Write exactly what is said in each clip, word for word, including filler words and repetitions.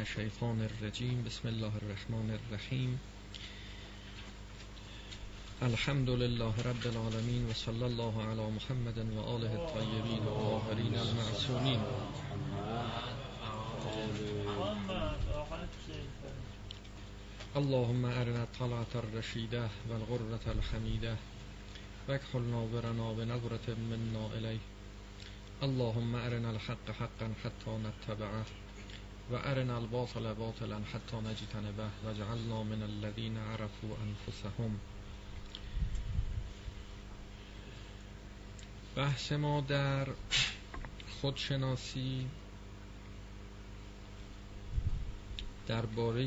الشیطان الرجیم. بسم الله الرحمن الرحیم. الحمد لله رب العالمین و صلی الله علی محمد و آله الطیبین الطاهرین المعصومین. اللهم ارنا الطلعة الرشیده و الغرة الحمیده و اکحل ناظرنا بنظرة منا الیه. اللهم ارنا الحق حقا حتی نتبعه و ارنا الباطل باطلا حتی نجتنبه و اجعلنا من الذین عرفوا انفسهم. بحث ما در خودشناسی درباره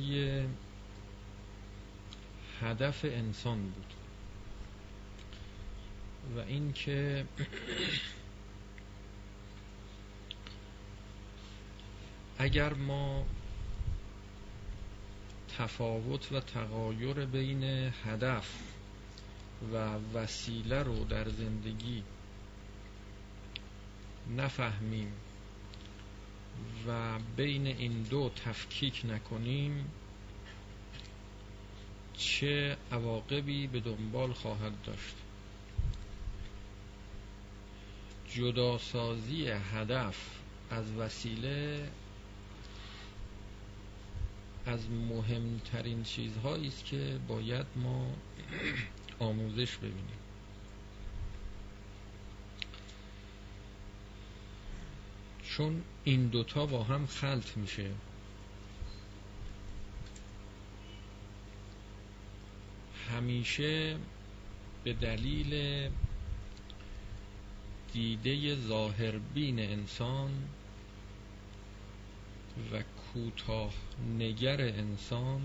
هدف انسان بود و این که اگر ما تفاوت و تغایر بین هدف و وسیله رو در زندگی نفهمیم و بین این دو تفکیک نکنیم، چه عواقبی به دنبال خواهد داشت. جداسازی هدف از وسیله از مهمترین چیزهایی است که باید ما آموزش ببینیم. چون این دوتا با هم خلط میشه. همیشه به دلیل دیده ظاهربین انسان و کوتاه نگر انسان،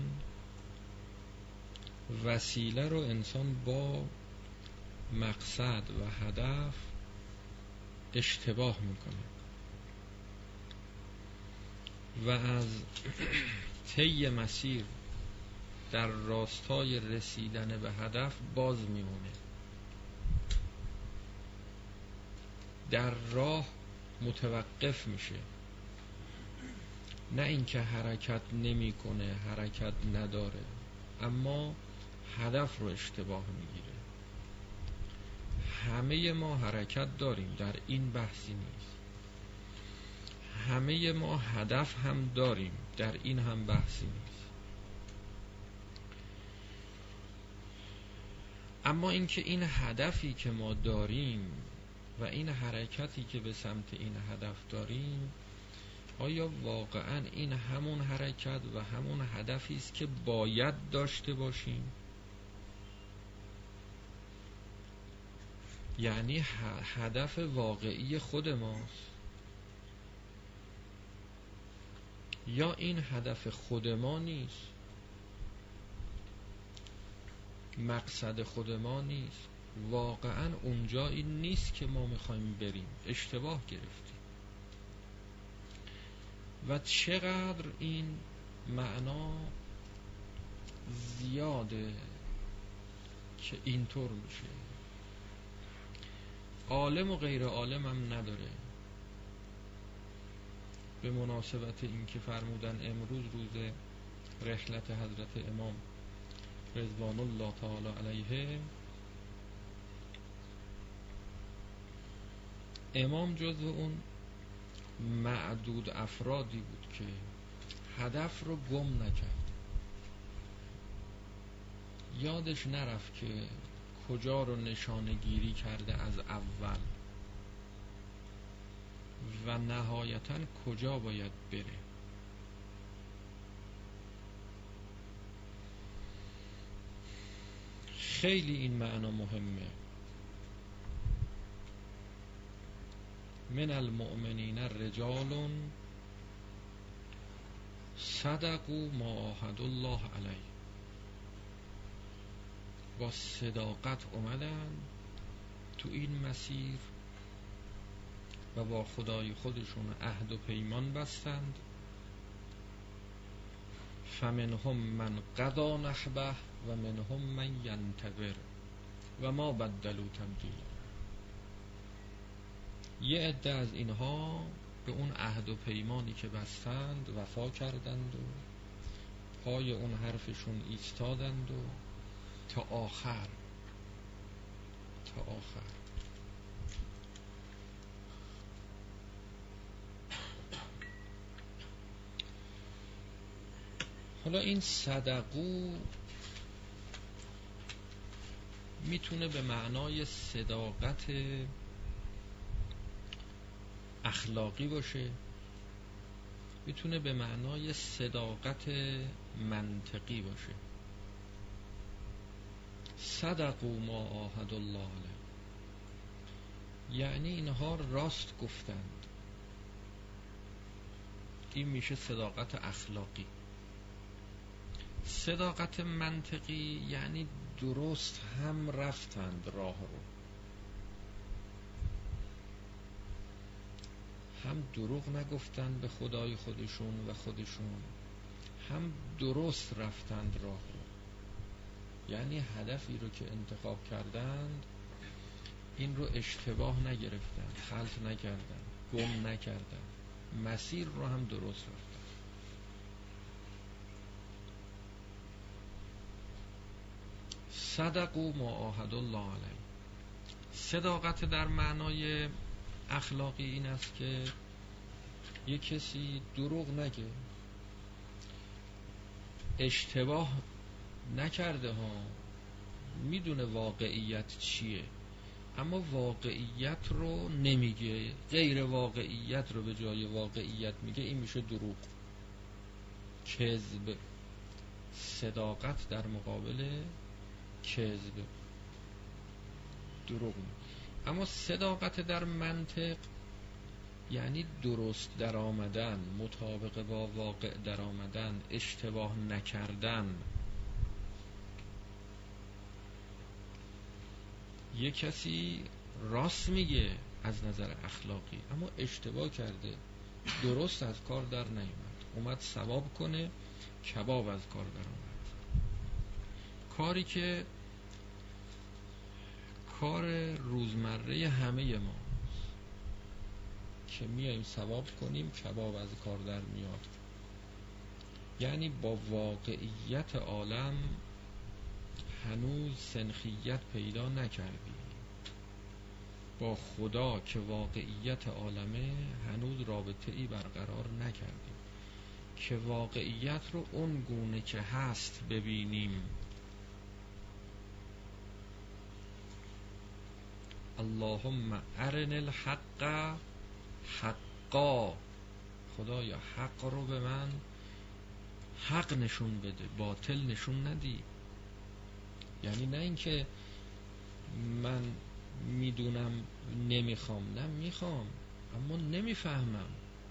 وسیله رو انسان با مقصد و هدف اشتباه میکنه و از طی مسیر در راستای رسیدن به هدف باز میمونه. در راه متوقف میشه، نه اینکه حرکت نمیکنه، حرکت نداره، اما هدف رو اشتباه میگیره. همه ما حرکت داریم، در این بحثی نیست. همه ما هدف هم داریم، در این هم بحثی نیست. اما اینکه این هدفی که ما داریم و این حرکتی که به سمت این هدف داریم، آیا واقعا این همون حرکت و همون هدفی است که باید داشته باشیم؟ یعنی هدف واقعی خود ماست یا این هدف خود ما نیست، مقصد خود ما نیست، واقعا اونجا این نیست که ما میخوایم بریم، اشتباه گرفتیم. و چقدر این معنا زیاده که اینطور میشه. عالم و غیر عالم هم نداره. به مناسبت این که فرمودن امروز روز رحلت حضرت امام رضوان الله تعالی علیه، امام جزو اون معدود افرادی بود که هدف رو گم نکرد. یادش نرفت که کجا رو نشانه گیری کرده از اول و نهایتاً کجا باید بره. خیلی این معنا مهمه. من المؤمنین رجال صدقوا ما عاهدوا الله علیه. با صداقت اومدن تو این مسیر و با خدای خودشون عهد و پیمان بستند. فمنهم من قضا نحبه و منهم من ینتظر و ما بدلوا تبدیلا. یه عده از اینها به اون عهد و پیمانی که بستند وفا کردند و پای اون حرفشون ایستادند و تا آخر تا آخر. حالا این صدقو میتونه به معنای صداقت اخلاقی باشه، میتونه به معنای صداقت منطقی باشه. صدقوا ما عاهدوا الله علیه، یعنی اینها راست گفتند. این میشه صداقت اخلاقی. صداقت منطقی یعنی درست هم رفتند راه رو، هم دروغ نگفتند به خدای خودشون و خودشون، هم درست رفتند راه رو. یعنی هدفی رو که انتخاب کردند این رو اشتباه نگرفتند، خلط نکردند، گم نکردند، مسیر رو هم درست رفتند. صدقوا ما عاهدوا الله علیه. صداقت در معنای اخلاقی این است که یک کسی دروغ نگه، اشتباه نکرده ها، میدونه واقعیت چیه اما واقعیت رو نمیگه، غیر واقعیت رو به جای واقعیت میگه، این میشه دروغ، کذب. صداقت در مقابل کذب، دروغ. اما صداقت در منطق یعنی درست در آمدن، مطابق با واقع در آمدن، اشتباه نکردن. یک کسی راست میگه از نظر اخلاقی اما اشتباه کرده، درست از کار در نیامد، اومد ثواب کنه، کباب از کار در آمد. کاری که کار روزمره همه ما که میایم ثواب کنیم، کباب از کار در میاد. یعنی با واقعیت عالم هنوز سنخیت پیدا نکردی، با خدا که واقعیت عالمه هنوز رابطه ای برقرار نکردیم که واقعیت رو اون گونه که هست ببینیم. اللهم ارن الحق حقا، خدایا حق رو به من حق نشون بده، باطل نشون ندی. یعنی نه اینکه من میدونم نمیخوام، نه میخوام اما نمیفهمم.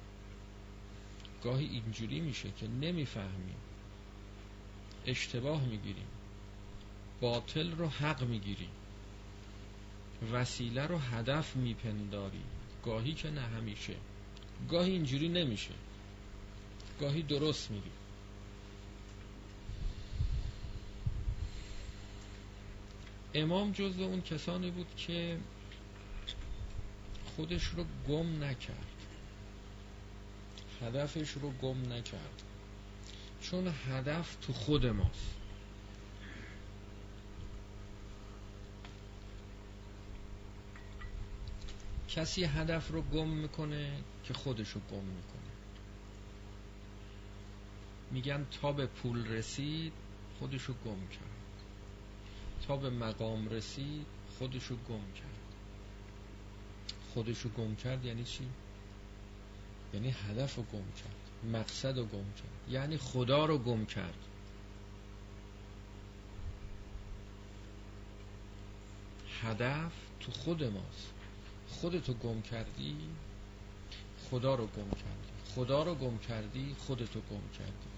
گاهی اینجوری میشه که نمیفهمیم، اشتباه میگیریم، باطل رو حق میگیریم، وسیله رو هدف میپنداری. گاهی که نه همیشه، گاهی اینجوری نمیشه، گاهی درست میگی. امام جزو اون کسانی بود که خودش رو گم نکرد، هدفش رو گم نکرد، چون هدف تو خود ماست. کسی هدف رو گم میکنه که خودش رو گم میکنه. میگن تا به پول رسید خودش رو گم کرد، تا به مقام رسید خودش رو گم کرد. خودش رو گم کرد یعنی چی؟ یعنی هدف رو گم کرد، مقصد رو گم کرد، یعنی خدا رو گم کرد. هدف تو خود ماست. خودتو گم کردی خدا رو گم کردی، خدا رو گم کردی خودتو گم کردی،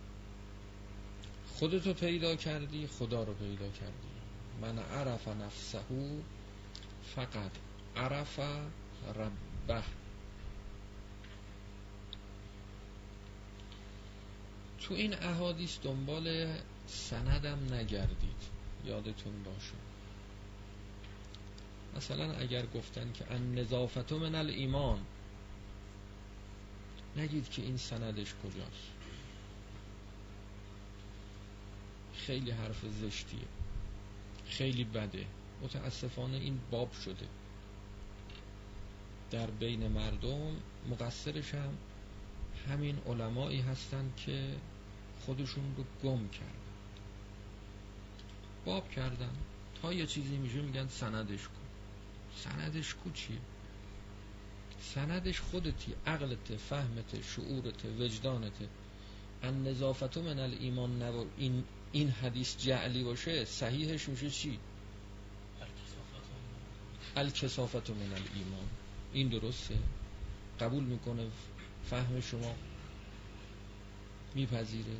خودتو پیدا کردی خدا رو پیدا کردی. من عرف نفسه فقط عرف ربه. تو این احادیث دنبال سندم نگردید، یادتون باشه. مثلا اگر گفتن که ان نظافت من الایمان، نگید که این سندش کجاست. خیلی حرف زشتیه، خیلی بده. متاسفانه این باب شده در بین مردم. مقصرش هم همین علمایی هستن که خودشون رو گم کردن، باب کردن. تا یه چیزی میشه میگن سندش کو. سندش کو چیه؟ سندش خودتی، عقلت، فهمت، شعورت، وجدانت. ان نظافت من الایمان نبر. این این حدیث جعلی باشه صحیحش میشه چی؟ الکثافت من الایمان. این درسته؟ قبول میکنه؟ فهم شما میپذیره؟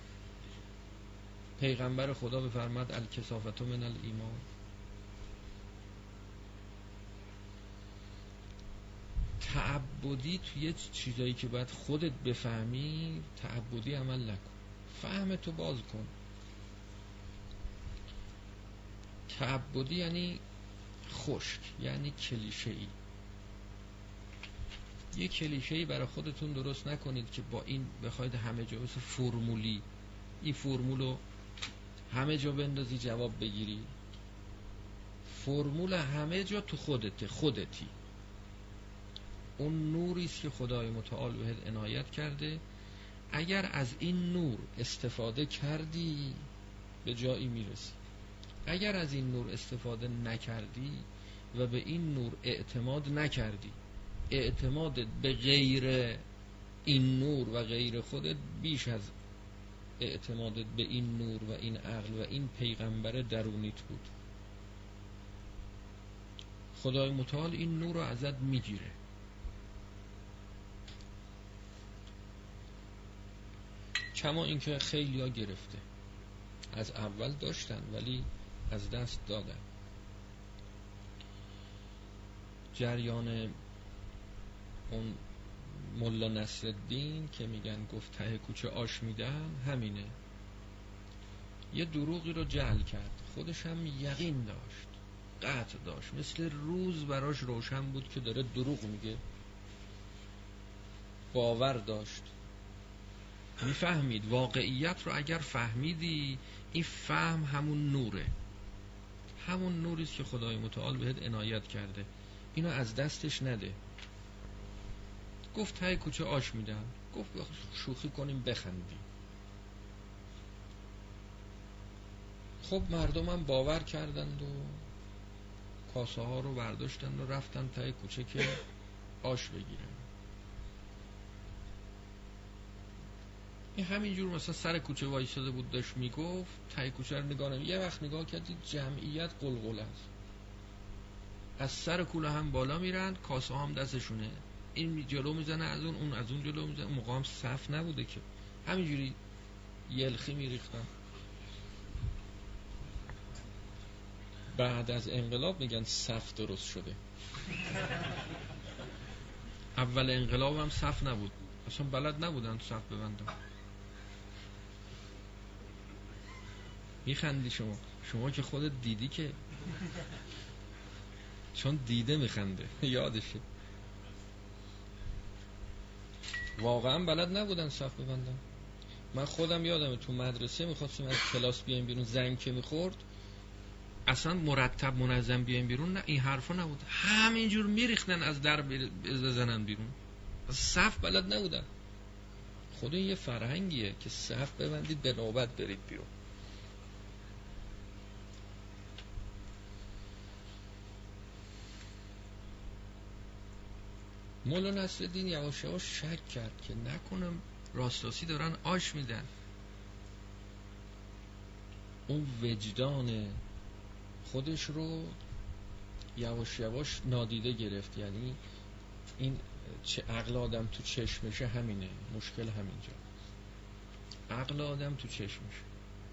پیغمبر خدا بفرماد الکثافت من الایمان. تعبدی توی چیزایی که باید خودت بفهمی تعبدی عمل نکن، فهمتو باز کن. تعبدی یعنی خشک، یعنی کلیشه‌ای. یه کلیشه‌ای برای خودتون درست نکنید که با این بخواید همه جا مثل فرمولی این فرمولو همه جا بندازی جواب بگیری. فرمول همه جا تو خودته، خودتی. اون نوری است که خدای متعال بهت عنایت کرده. اگر از این نور استفاده کردی به جایی میرسی. اگر از این نور استفاده نکردی و به این نور اعتماد نکردی، اعتمادت به غیر این نور و غیر خودت بیش از اعتمادت به این نور و این عقل و این پیغمبر درونیت بود. خدای متعال این نور رو ازت میگیره. کما اینکه خیلی ها گرفته، از اول داشتن ولی از دست دادن. جریان اون ملا نصرالدین که میگن گفت ته کوچه آش میدن، همینه. یه دروغی رو جعل کرد، خودش هم یقین داشت، قطع داشت، مثل روز براش روشن بود که داره دروغ میگه. باور داشت، میفهمید واقعیت رو. اگر فهمیدی این فهم همون نوره، همون نوریست که خدای متعال بهت عنایت کرده. اینو از دستش نده. گفت ته کوچه آش میدن، گفت شوخی کنیم بخندیم. خب مردم هم باور کردند و کاسه ها رو برداشتند و رفتن ته کوچه که آش بگیرن. این همینجور مثلا سر کوچه وایساده بود داشت میگفت، ته کوچه رو نگاه نمید. یه وقت نگاه کردید جمعیت قلقل است، از سر کوله هم بالا میرن، کاسه هم دستشونه. این جلو میزنه از اون، اون از اون جلو میزنه. اون موقع هم صف نبوده که، همینجوری یلخی میریختن. بعد از انقلاب میگن صف درست شده. اول انقلاب هم صف نبود، اصلا بلد نبودن صف ببندن. میخندی شما شما که خودت دیدی که، چون دیده میخنده یادشه. واقعا بلد نبودن صف ببندن. من خودم یادمه تو مدرسه میخواستیم از کلاس بیایم بیرون، زنگ که میخورد اصلا مرتب منظم بیایم بیرون، نه این حرفا نبود، همینجور میریختن از در بزنن بیرون. صف بلد نبودن. خود این یه فرهنگیه که صف ببندید به نوبت برید بیرون. مولا نصرالدین یواش یواش شک کرد که نکنم راستاسی دارن آش میدن. اون وجدان خودش رو یواش یواش نادیده گرفت. یعنی این چه عقل آدم تو چشمشه، همینه مشکل، همینجا عقل آدم تو چشمشه.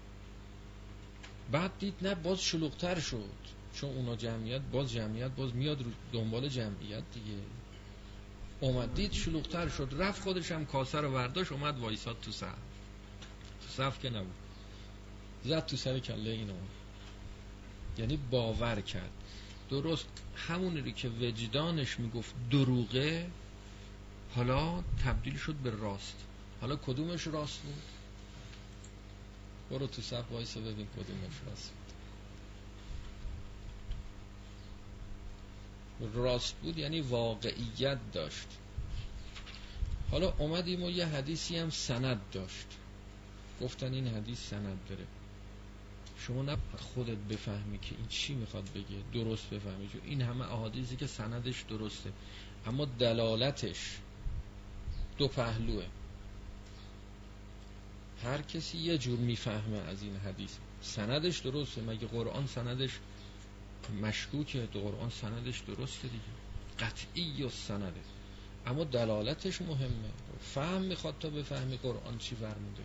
بعد دید نه، باز شلوغتر شد، چون اونا جمعیت، باز جمعیت باز میاد رو دنبال جمعیت دیگه. اومد دید شلوغتر شد، رفت خودش هم کاسه رو برداشت، اومد وایساد تو صف. تو صف که نبود، زد تو سر کله اینو. یعنی باور کرد. درست همونی که وجدانش میگفت دروغه، حالا تبدیل شد به راست. حالا کدومش راست بود؟ برو تو صف وایسا ببین کدومش راست بود. راست بود یعنی واقعیت داشت. حالا اومدیم و یه حدیثی هم سند داشت، گفتن این حدیث سند داره. شما نه خودت بفهمی که این چی میخواد بگه، درست بفهمی، چون این همه احادیثی که سندش درسته اما دلالتش دو پهلوه. هر کسی یه جور میفهمه از این حدیث. سندش درسته، مگه قرآن سندش مشکوکه؟ دو قرآن سندش درسته دیگه، قطعی و سنده، اما دلالتش مهمه. فهم میخواد تا بفهمی قرآن چی فرموده.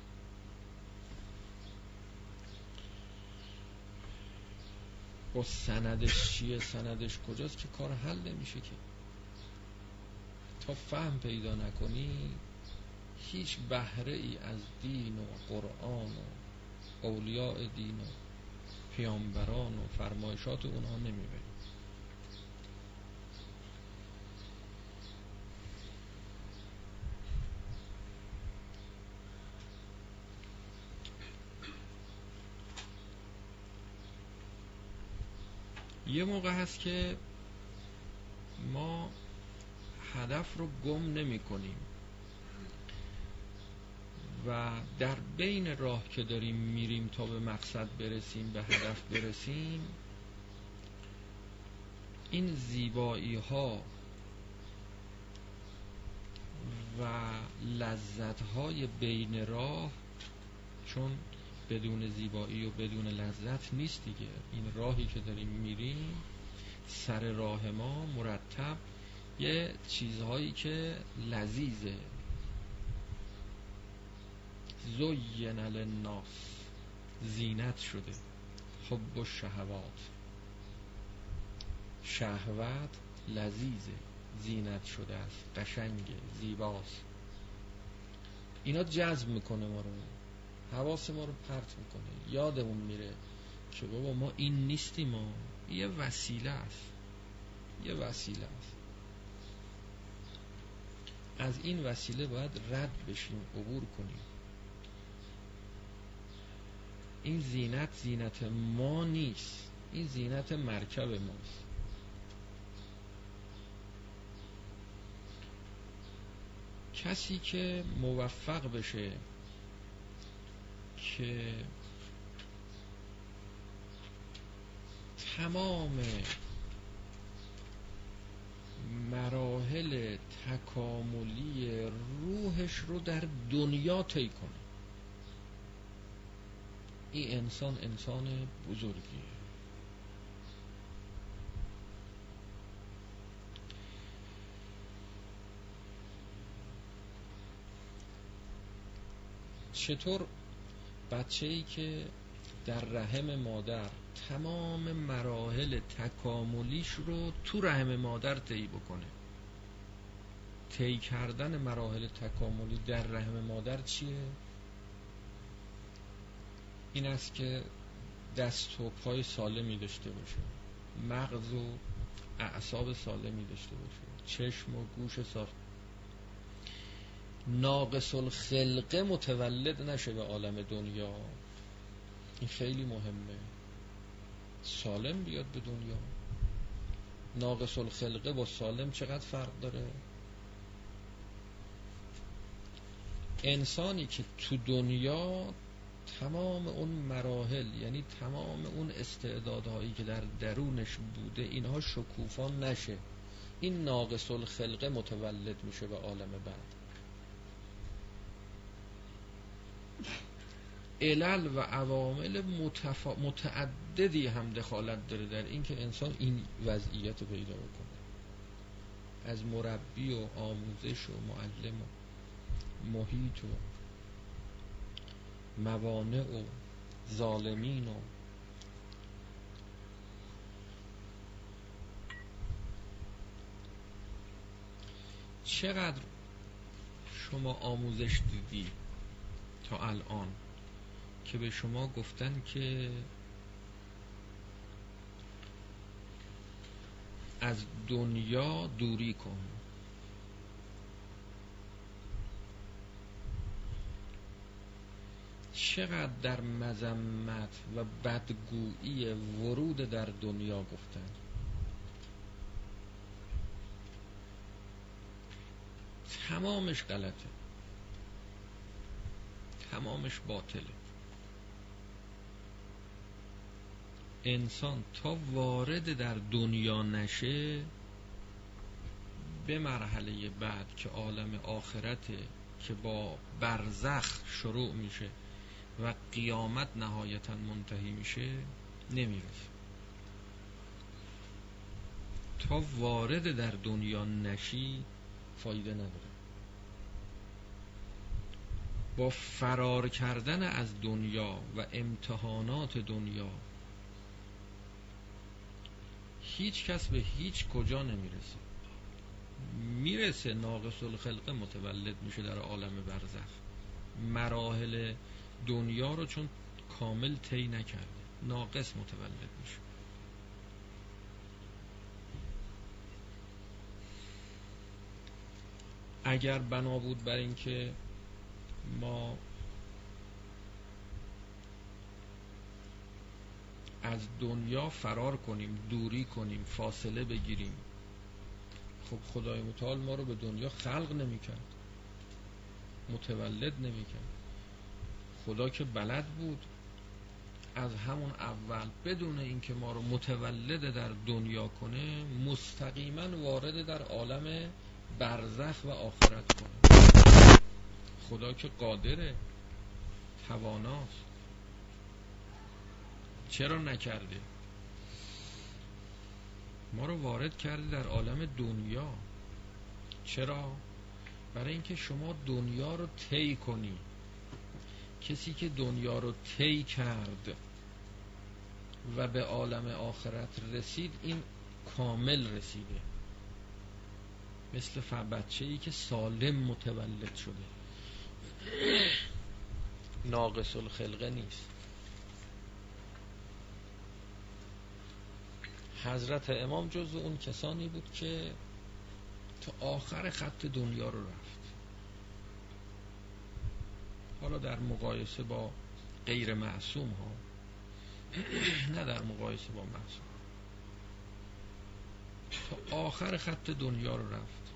با سندش چیه، سندش کجاست که کار حل نمیشه که. تا فهم پیدا نکنی هیچ بهره ای از دین و قرآن و اولیاء دین و پیامبران و فرمایشات اونها نمیبری. یه موقع هست که ما هدف رو گم نمی کنیم و در بین راه که داریم میریم تا به مقصد برسیم، به هدف برسیم، این زیبایی ها و لذت های بین راه، چون بدون زیبایی و بدون لذت نیست دیگه. این راهی که داریم میریم، سر راه ما مرتب یه چیزهایی که لذیذه، زین للناس، زینت شده، حب و شهوات، شهوت لذیذه، زینت شده است، قشنگه، زیباست. اینا جذب میکنه ما رو، حواس ما رو پرت میکنه، یادمون میره که بابا ما این نیستیم، ما یه وسیله است، یه وسیله است. از این وسیله باید رد بشیم، عبور کنیم. این زینت زینت ما نیست، این زینت مرکب ماست. کسی که موفق بشه که تمام مراحل تکاملی روحش رو در دنیا طی کنه، این انسان انسان بزرگیه. چطور بچه‌ای که در رحم مادر تمام مراحل تکاملیش رو تو رحم مادر طی بکنه؟ طی کردن مراحل تکاملی در رحم مادر چیه؟ این است که دست و پای سالمی داشته باشه، مغز و اعصاب سالمی داشته باشه، چشم و گوش سالم، ناقص الخلقه متولد نشه به عالم دنیا. این خیلی مهمه، سالم بیاد به دنیا. ناقص الخلقه با سالم چقدر فرق داره؟ انسانی که تو دنیا تمام اون مراحل، یعنی تمام اون استعدادهایی که در درونش بوده، اینها شکوفا نشه، این ناقص الخلقه متولد میشه به عالم بعد. علل و عوامل متفا... متعددی هم دخالت داره در این که انسان این وضعیت رو پیدا بکنه. از مربی و آموزش و معلم و محیط و موانع و ظالمین و چقدر شما آموزش دیدی تا الان که به شما گفتن که از دنیا دوری کن، چقدر در مذمت و بدگویی ورود در دنیا گفتن. تمامش غلطه، تمامش باطله. انسان تا وارد در دنیا نشه، به مرحله بعد که عالم آخرته که با برزخ شروع میشه و قیامت نهایتا منتهی میشه، نمیرسه. تا وارد در دنیا نشی فایده نداره. با فرار کردن از دنیا و امتحانات دنیا هیچ کس به هیچ کجا نمیرسه. میرسه ناقص الخلقه متولد میشه در عالم برزخ، مراحل دنیا رو چون کامل طی نکرده ناقص متولد میشه. اگر بنا بود بر این که ما از دنیا فرار کنیم، دوری کنیم، فاصله بگیریم، خب خدای متعال ما رو به دنیا خلق نمی کرد، متولد نمی کرد. خدا که بلد بود از همون اول بدون اینکه ما رو متولد در دنیا کنه مستقیما وارد در عالم برزخ و آخرت کنه. خدا که قادره، تواناست. چرا نکرده؟ ما رو وارد کرده در عالم دنیا. چرا؟ برای اینکه شما دنیا رو طی کنی. کسی که دنیا رو طی کرد و به عالم آخرت رسید، این کامل رسیده. مثل بچه‌ای که سالم متولد شده، ناقص الخلقه نیست. حضرت امام جزو اون کسانی بود که تا آخر خط دنیا رو رفت. حالا در مقایسه با غیر معصوم ها، نه در مقایسه با معصوم، تا آخر خط دنیا رو رفت.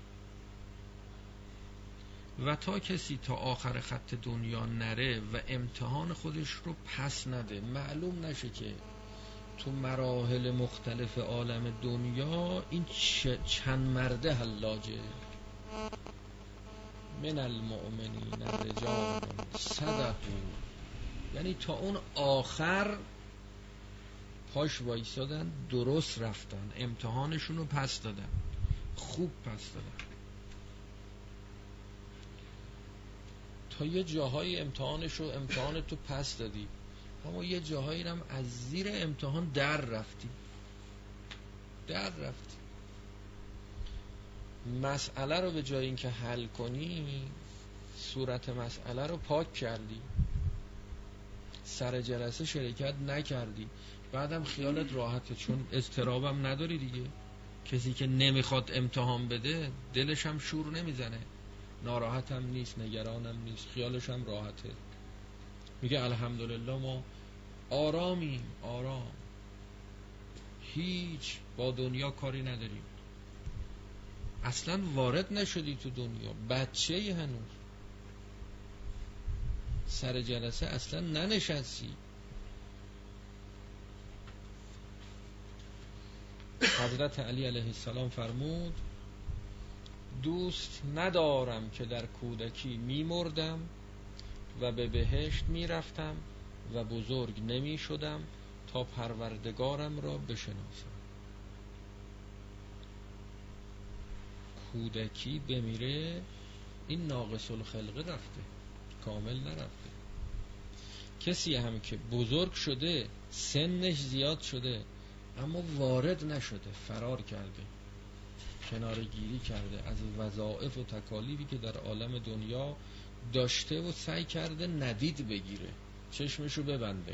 و تا کسی تا آخر خط دنیا نره و امتحان خودش رو پس نده، معلوم نشه که تو مراحل مختلف عالم دنیا این چند مرده حلاجه. من المؤمنین رجال صدقوا، یعنی تا اون آخر پاش وایسادن، درست رفتن، امتحانشون رو پس دادن، خوب پس دادن. تا یه جاهای امتحانش رو امتحان تو پس دادی، اما یه جاهایی هم از زیر امتحان در رفتی در رفتی مسئله رو به جای اینکه حل کنی، صورت مسئله رو پاک کردی، سر جلسه شرکت نکردی، بعدم خیالت راحته چون اضطرابم نداری دیگه. کسی که نمیخواد امتحان بده دلش هم شور نمیزنه، ناراحت هم نیست، نگرانم نیست، خیالش هم راحته، میگه الحمدلله ما آرامیم، آرام، هیچ با دنیا کاری نداریم. اصلا وارد نشدی تو دنیا، بچه ای هنوز، سر جلسه اصلا ننشستی. حضرت علی علیه السلام فرمود دوست ندارم که در کودکی میمردم و به بهشت میرفتم و بزرگ نمی شدم تا پروردگارم را بشناسم. کودکی بمیره، این ناقص الخلقه رفته، کامل نرفته. کسی هم که بزرگ شده، سنش زیاد شده، اما وارد نشده، فرار کرده، کناره گیری کرده از وظایف و تکالیفی که در عالم دنیا داشته و سعی کرده ندید بگیره، چشمشو ببنده.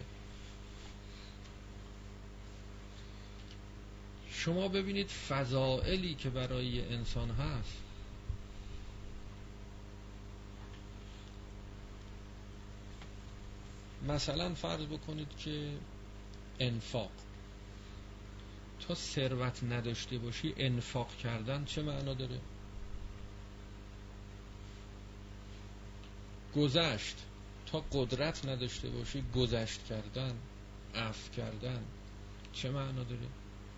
شما ببینید فضائلی که برای انسان هست، مثلا فرض بکنید که انفاق، تا ثروت نداشته باشی انفاق کردن چه معنا داره؟ گذشت، تا قدرت نداشته باشی گذشت کردن، عفو کردن چه معنا داره؟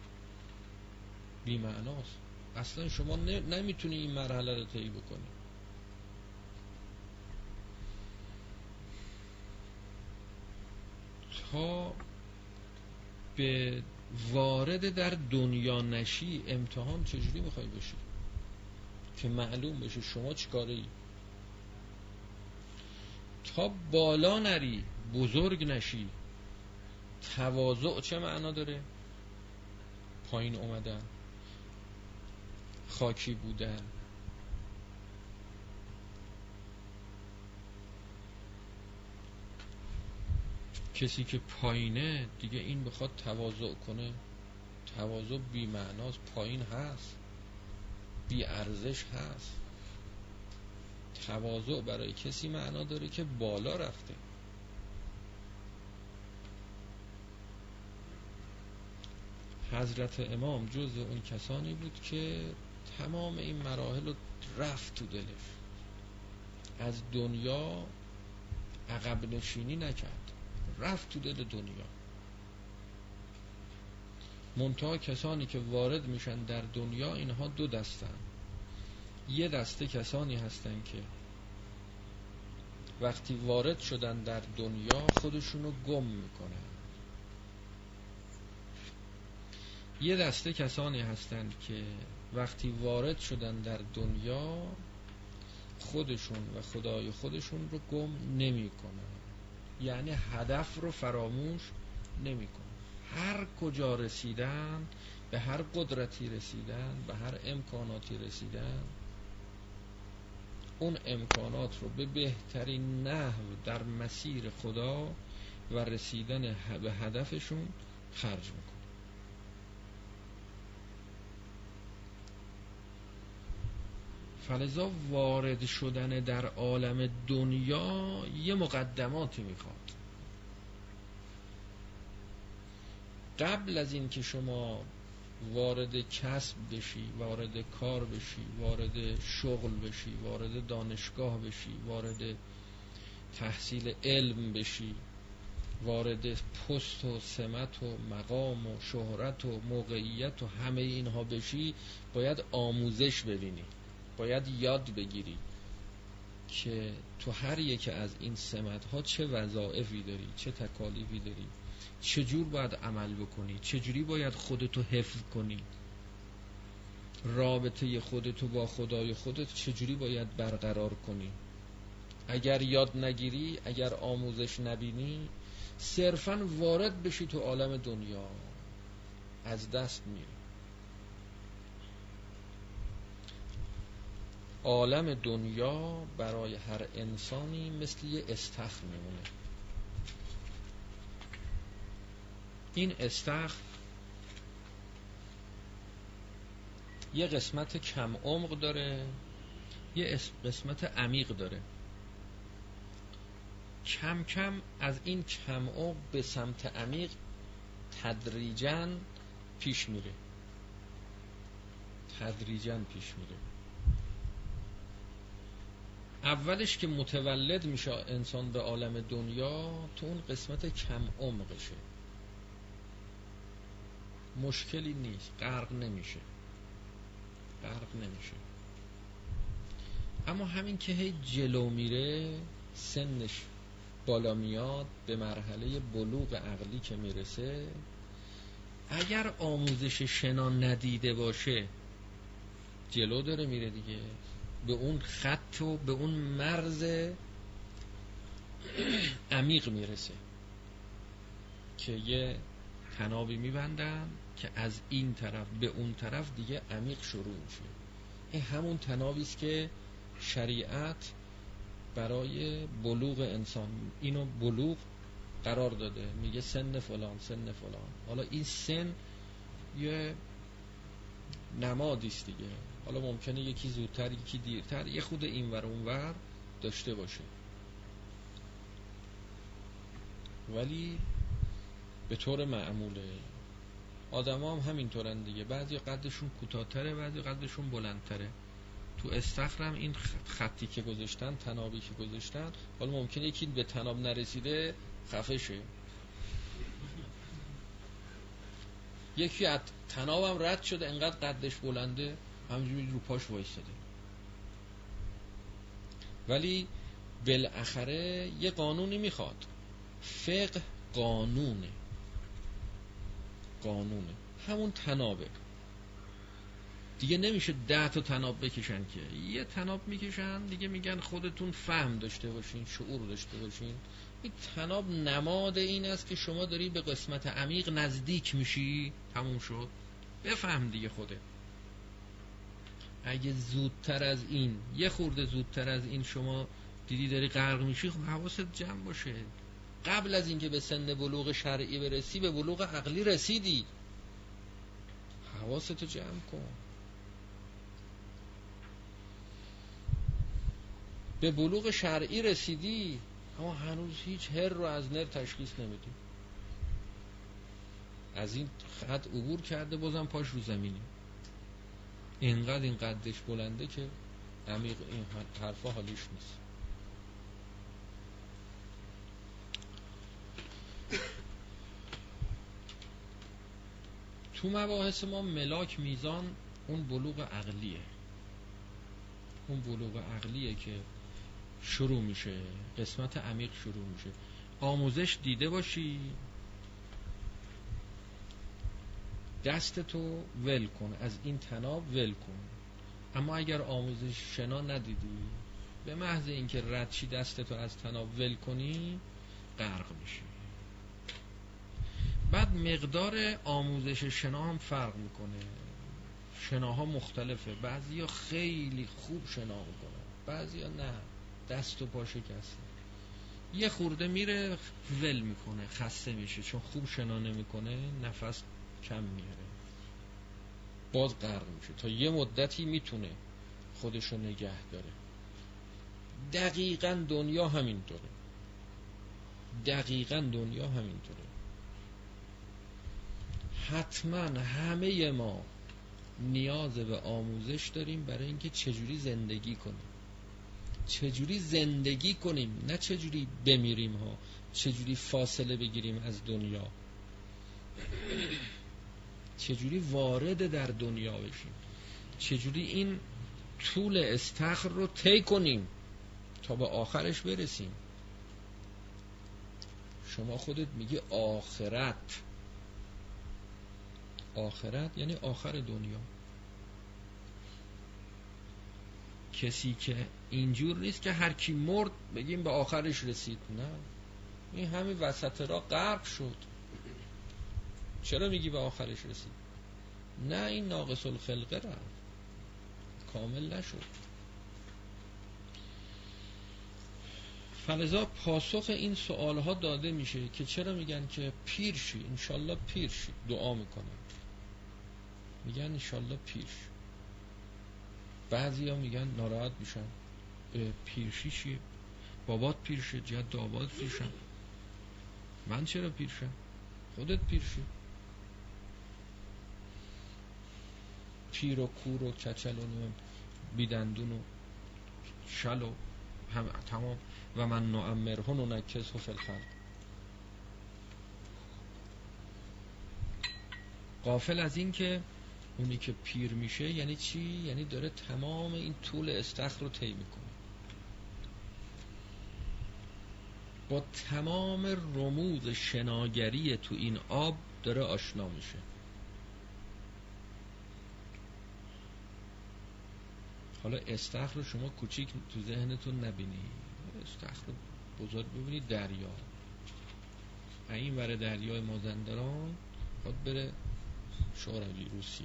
بی معناست. اصلا شما نمیتونی این مرحله رو طی بکنی. تا به وارد در دنیا نشی امتحان چجوری میخوای بشی که معلوم بشه شما چیکاره ای؟ تا بالا نری، بزرگ نشی، تواضع چه معنا داره؟ پایین اومدن، خاکی بودن. کسی که پایینه دیگه این بخواد تواضع کنه، تواضع بی معناست، پایین هست، بی ارزش هست. تواضع برای کسی معنا داره که بالا رفته. حضرت امام جز اون کسانی بود که تمام این مراحل رو رفت تو دلش، از دنیا عقب نشینی نکرد، رفت تو دل دنیا. منتها کسانی که وارد میشن در دنیا اینها دو دستن. یه دسته کسانی هستن که وقتی وارد شدن در دنیا خودشونو گم میکنن. یه دسته کسانی هستن که وقتی وارد شدن در دنیا خودشون و خدای خودشون رو گم نمی کنن، یعنی هدف رو فراموش نمی کنن. هر کجا رسیدن، به هر قدرتی رسیدن، به هر امکاناتی رسیدن، اون امکانات رو به بهترین نحو در مسیر خدا و رسیدن به هدفشون خرج میکنن. فلذا وارد شدن در عالم دنیا یه مقدماتی میخواد. قبل از این که شما وارد کسب بشی، وارد کار بشی، وارد شغل بشی، وارد دانشگاه بشی، وارد تحصیل علم بشی، وارد پست و سمت و مقام و شهرت و موقعیت و همه اینها بشی، باید آموزش ببینی، باید یاد بگیری که تو هر یک از این سمت ها چه وظایفی داری، چه تکالیفی داری، چجور باید عمل بکنی، چجوری باید خودتو حفظ کنی، رابطه خودتو با خدای خودت چجوری باید برقرار کنی. اگر یاد نگیری، اگر آموزش نبینی، صرفاً وارد بشی تو عالم دنیا، از دست میری. عالم دنیا برای هر انسانی مثل یه استخر میمونه. این استخر یه قسمت کم عمق داره، یه قسمت عمیق داره. کم کم از این کم عمق به سمت عمیق تدریجاً پیش میره، تدریجاً پیش میره. اولش که متولد میشه انسان به عالم دنیا، تو اون قسمت کم عمقشه، مشکلی نیست، غرق نمیشه، غرق نمیشه. اما همین که هی جلو میره، سنش بالا میاد، به مرحله بلوغ عقلی که میرسه، اگر آموزش شنا ندیده باشه جلو داره میره دیگه، به اون خط و به اون مرز عمیق میرسه که یه تنابی میبندن که از این طرف به اون طرف دیگه عمیق شروع میشه. این همون تنابی است که شریعت برای بلوغ انسان اینو بلوغ قرار داده، میگه سن فلان سن فلان. حالا این سن یه نمادی است دیگه، حالا ممکنه یکی زودتر یکی دیرتر، یه خود اینور اونور داشته باشه. ولی به طور معموله آدم ها هم همینطورن دیگه، بعضی قدشون کوتاه‌تره، بعضی قدشون بلندتره. تو استخرم این خطی که گذاشتن، تنابی که گذاشتن، حالا ممکنه یکی به تناب نرسیده خفه شه، یکی از تنابم رد شده انقدر قدش بلنده همینجوری رو پاش وایساده. ولی بالاخره یه قانونی میخواد. فقه قانونه، قانونه همون تنابه دیگه. نمیشه ده تا تناب بکشن که، یه تناب میکشن دیگه، میگن خودتون فهم داشته باشین، شعور داشته باشین. این تناب نماد این است که شما داری به قسمت عمیق نزدیک میشی، تموم شد، بفهم دیگه خوده. اگه زودتر از این، یه خورده زودتر از این شما دیدی داری غرق میشی، خب حواست جمع باشه. قبل از اینکه به سن بلوغ شرعی برسی، به بلوغ عقلی رسیدی، حواستو جمع کن. به بلوغ شرعی رسیدی اما هنوز هیچ هر رو از نر تشخیص نمیدی، از این خط عبور کرده بازم پاش رو زمینی، اینقدر این قدش بلنده که عمیق این حرفا حالیش نیست. تو مباحث ما ملاک میزان اون بلوغ عقلیه، اون بلوغ عقلیه که شروع میشه، قسمت عمیق شروع میشه. آموزش دیده باشی، دستتو ول کن، از این تناب ول کن. اما اگر آموزش شنا ندیدی، به محض اینکه رد شی دستتو از تناب ول کنی، غرق میشی. بعد مقدار آموزش شنا هم فرق میکنه، شناها مختلفه. بعضیا خیلی خوب شنا میکنه، بعضیا نه، دست و پا شکسته. یه خورده میره ول میکنه، خسته میشه، چون خوب شنا نمیکنه، نفس کم میاره، باز غرق میشه. تا یه مدتی میتونه خودشو نگه داره. دقیقاً دنیا همینطوره، دقیقاً دنیا همینطوره. حتما همه ما نیاز به آموزش داریم برای اینکه چجوری زندگی کنیم، چجوری زندگی کنیم، نه چجوری بمیریم ها، چجوری فاصله بگیریم از دنیا، چجوری وارد در دنیا بشیم، چجوری این طول استخر رو طی کنیم تا به آخرش برسیم. شما خودت میگی آخرت، آخرت یعنی آخر دنیا. کسی که اینجور نیست که هر کی مرد بگیم به آخرش رسید، نه، این همین وسط را غرق شد، چرا میگی به آخرش رسید؟ نه، این ناقص الخلقه رفت، کامل نشد. فلذا پاسخ این سوالها داده میشه که چرا میگن که پیر شی، انشالله پیر شی، دعا میکنن، میگن انشالله پیر شی. بعضی ها میگن ناراحت میشن، پیرشی چیه؟ بابات پیر شد، جد آباد پیر شد، من چرا پیر شم؟ خودت پیر شی. پیر و کور و کچل و بیدندون و شل و هم تمام. و من نعمره ننکسه فی الخلق. غافل از این که اونی که پیر میشه یعنی چی؟ یعنی داره تمام این طول استخر رو طی میکنه، با تمام رموز شناگری تو این آب داره آشنا میشه. حالا استخر رو شما کوچیک تو ذهنتون نبینی، استخر رو بزرگ ببینید، دریا، این ور دریای مازندران خود بره شوروی روسیه،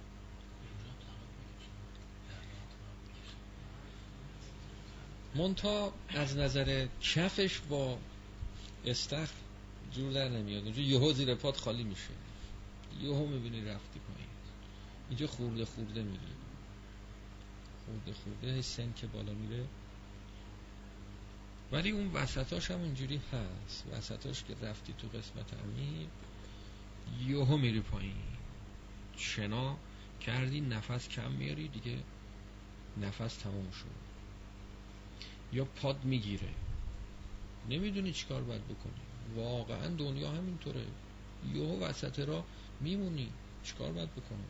منتها از نظر کفش با استخر جور در نمیاد. اونجا یهو زیر پات خالی میشه، یهو میبینی رفتی پایین. اینجا خورده خورده میری، خورده خورده سن که بالا میره ولی اون وسطاش هم اینجوری هست، وسطاش که رفتی تو قسمت عمیق یهو میری پایین، شنا کردی نفس کم میاری دیگه، نفس تموم شد، یا پاد میگیره نمیدونی چی کار باید بکنی. واقعا دنیا همینطوره، یهو وسط راه میمونی، چی کار باید بکنی؟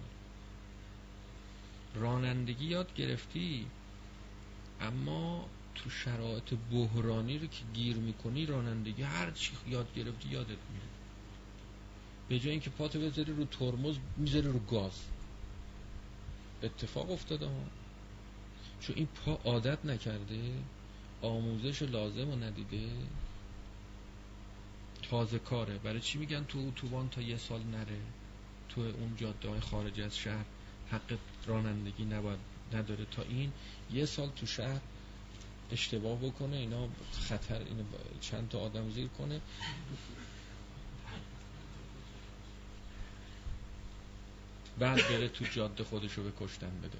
رانندگی یاد گرفتی اما تو شرایط بحرانی رو که گیر میکنی، رانندگی هر چی یاد گرفتی یادت میره، به جای اینکه پاتو بذاری رو ترمز میذاری رو گاز. اتفاق افتاده ها، چون این پا عادت نکرده، آموزش لازم رو ندیده، تازه کاره. برای چی میگن تو اتوبان تا یه سال نره، تو اون جاده‌های خارج از شهر حق رانندگی نباید نداره تا این یه سال تو شهر اشتباه بکنه، اینا خطر، اینو چند تا آدم زیر کنه، بعد بره تو جاده خودشو به کشتن بده.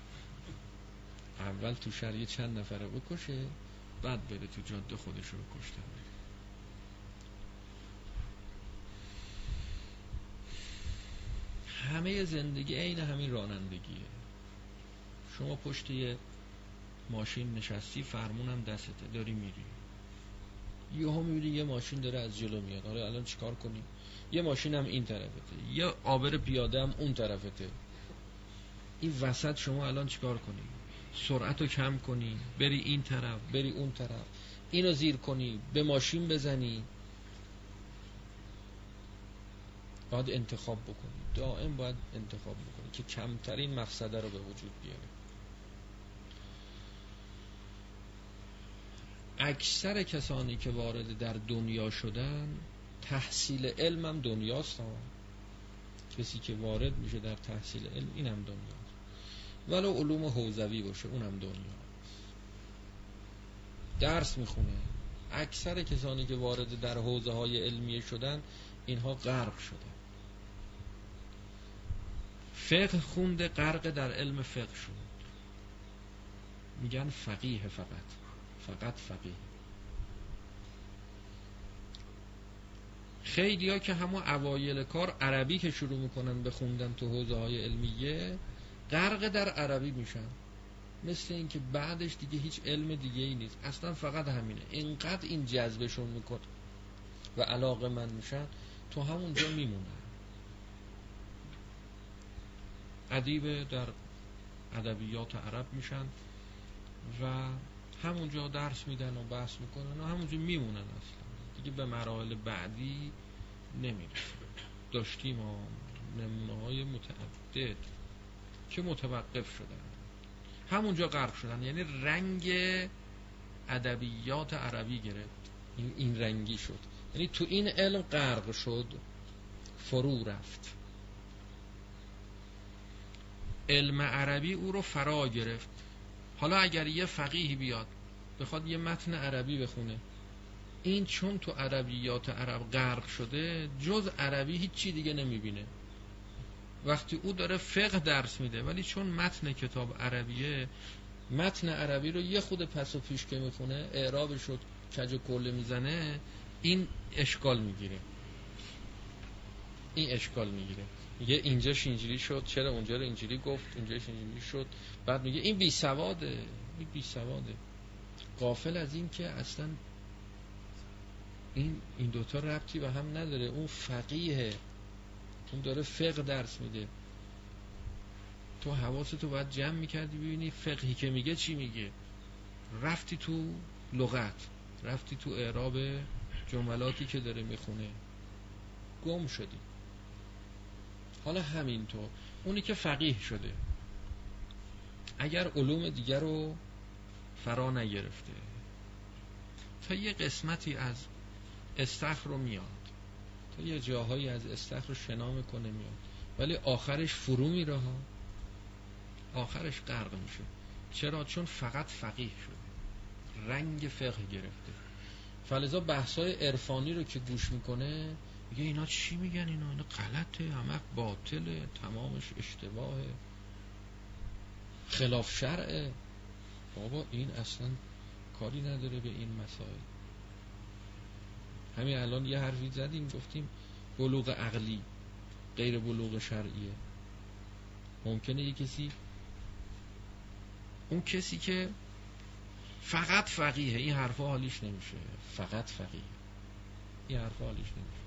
اول تو شهر یه چند نفره بکشه، بعد بره تو جاده خودشو به کشتن بده. همه زندگی عین همین رانندگیه. شما پشت یه ماشین نشستی، فرمونم دستته، داری میری، یهو میبینی یه ماشین داره از جلو میاد، حالا الان چیکار کنی؟ یه ماشین هم این طرفته، یه عابر پیاده هم اون طرفته، این وسط شما الان چیکار کنی؟ سرعت رو کم کنی، بری این طرف، بری اون طرف، اینو زیر کنی، به ماشین بزنی؟ باید انتخاب بکنی، دائم باید انتخاب بکنی که کمترین مفسده رو به وجود بیاره. اکثر کسانی که وارد در دنیا شدن، تحصیل علم هم دنیاست ها. کسی که وارد میشه در تحصیل علم، این هم دنیاست، ولو علوم حوزوی باشه اون هم دنیاست، درس میخونه. اکثر کسانی که وارد در حوزه های علمیه شدن، اینها غرق شدن. فقه خونده، غرق در علم فقه شد، میگن فقیه، فقط فقط فقیه. خیلی ها که همون اوایل کار عربی که شروع میکنن به خوندن تو حوزه های علمیه، غرق در عربی میشن، مثل این که بعدش دیگه هیچ علم دیگه ای نیست، اصلا فقط همینه. اینقدر این جذبشون میکنه و علاقه من میشن، تو همونجا میمونن. ادیب در ادبیات عرب میشن و همونجا درس میدن و بحث میکنن و همونجا میمونن، اصلا دیگه به مراحل بعدی نمیرسن. داشتیم نمونه های متعدد که متوقف شدن، همونجا غرق شدن، یعنی رنگ ادبیات عربی گرفت، این این رنگی شد، یعنی تو این علم غرق شد، فرو رفت. علم عربی او رو فرا گرفت. حالا اگر یه فقیه بیاد بخواد یه متن عربی بخونه، این چون تو عربیات عرب غرق شده، جز عربی هیچ چی دیگه نمیبینه. وقتی او داره فقه درس میده، ولی چون متن کتاب عربیه، متن عربی رو یه خود پس و پیش که میخونه، اعرابش رو کج و کله میزنه، این اشکال میگیره، این اشکال میگیره، میگه اینجاش اینجوری شد، چرا اونجا رو اینجوری گفت، اونجاش اینجوری شد. بعد میگه این بی سواده، این بی سواده، غافل از این که اصلا این این دوتا ربطی به هم نداره. اون فقیه، اون داره فقه درس میده، تو حواستو باید جمع میکردی ببینی فقهی که میگه چی میگه. رفتی تو لغت، رفتی تو اعراب جملاتی که داره میخونه، گم شدی. حالا همینطور اونی که فقیه شده، اگر علوم دیگر رو فرا نگرفته، تا یه قسمتی از استخر رو میاد، تا یه جاهایی از استخر رو شنا میکنه میاد، ولی آخرش فرو میره ها، آخرش غرق میشه. چرا؟ چون فقط فقیه شده، رنگ فقه گرفته. فلذا بحثای عرفانی رو که گوش میکنه میگه اینا چی میگن، اینا اینا غلطه، همه باطله، تمامش اشتباهه، خلاف شرعه. بابا این اصلا کاری نداره به این مسائل. همین الان یه حرفی زدیم گفتیم بلوغ عقلی غیر بلوغ شرعیه. ممکنه یه کسی، اون کسی که فقط فقیه، این حرفا حالیش نمیشه، فقط فقیه این حرفا حالیش نمیشه،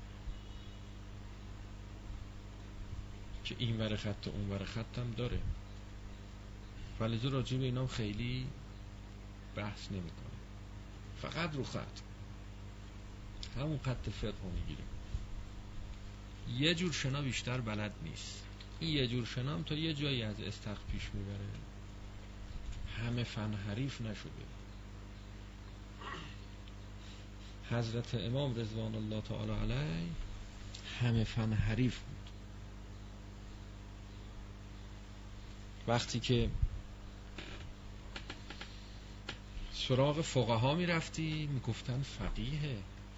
که این ور خط و اون ور خط هم داره، ولی تو راجع به اینام خیلی بحث نمیکنه، فقط رو خط همون خط فقه رو میگیره. یه جور شنا بیشتر بلد نیست. این یه جور شنا هم تا یه جایی از استخ پیش میبره، همه فن حریف نشده. حضرت امام رضوان الله تعالی علیه همه فن حریف بود. وقتی که سراغ فقها می رفتی می گفتن فقیهه،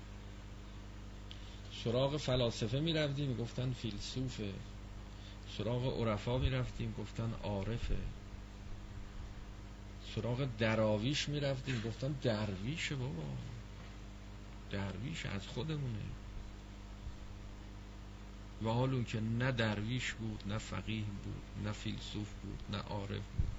سراغ فلاسفه می رفتی می گفتن فیلسوفه، سراغ عرفا می رفتی می گفتن عارفه، سراغ دراویش می رفتی می گفتن درویشه. بابا درویش از خودمونه. و حال اون که نه درویش بود، نه فقیه بود، نه فیلسوف بود، نه عارف بود،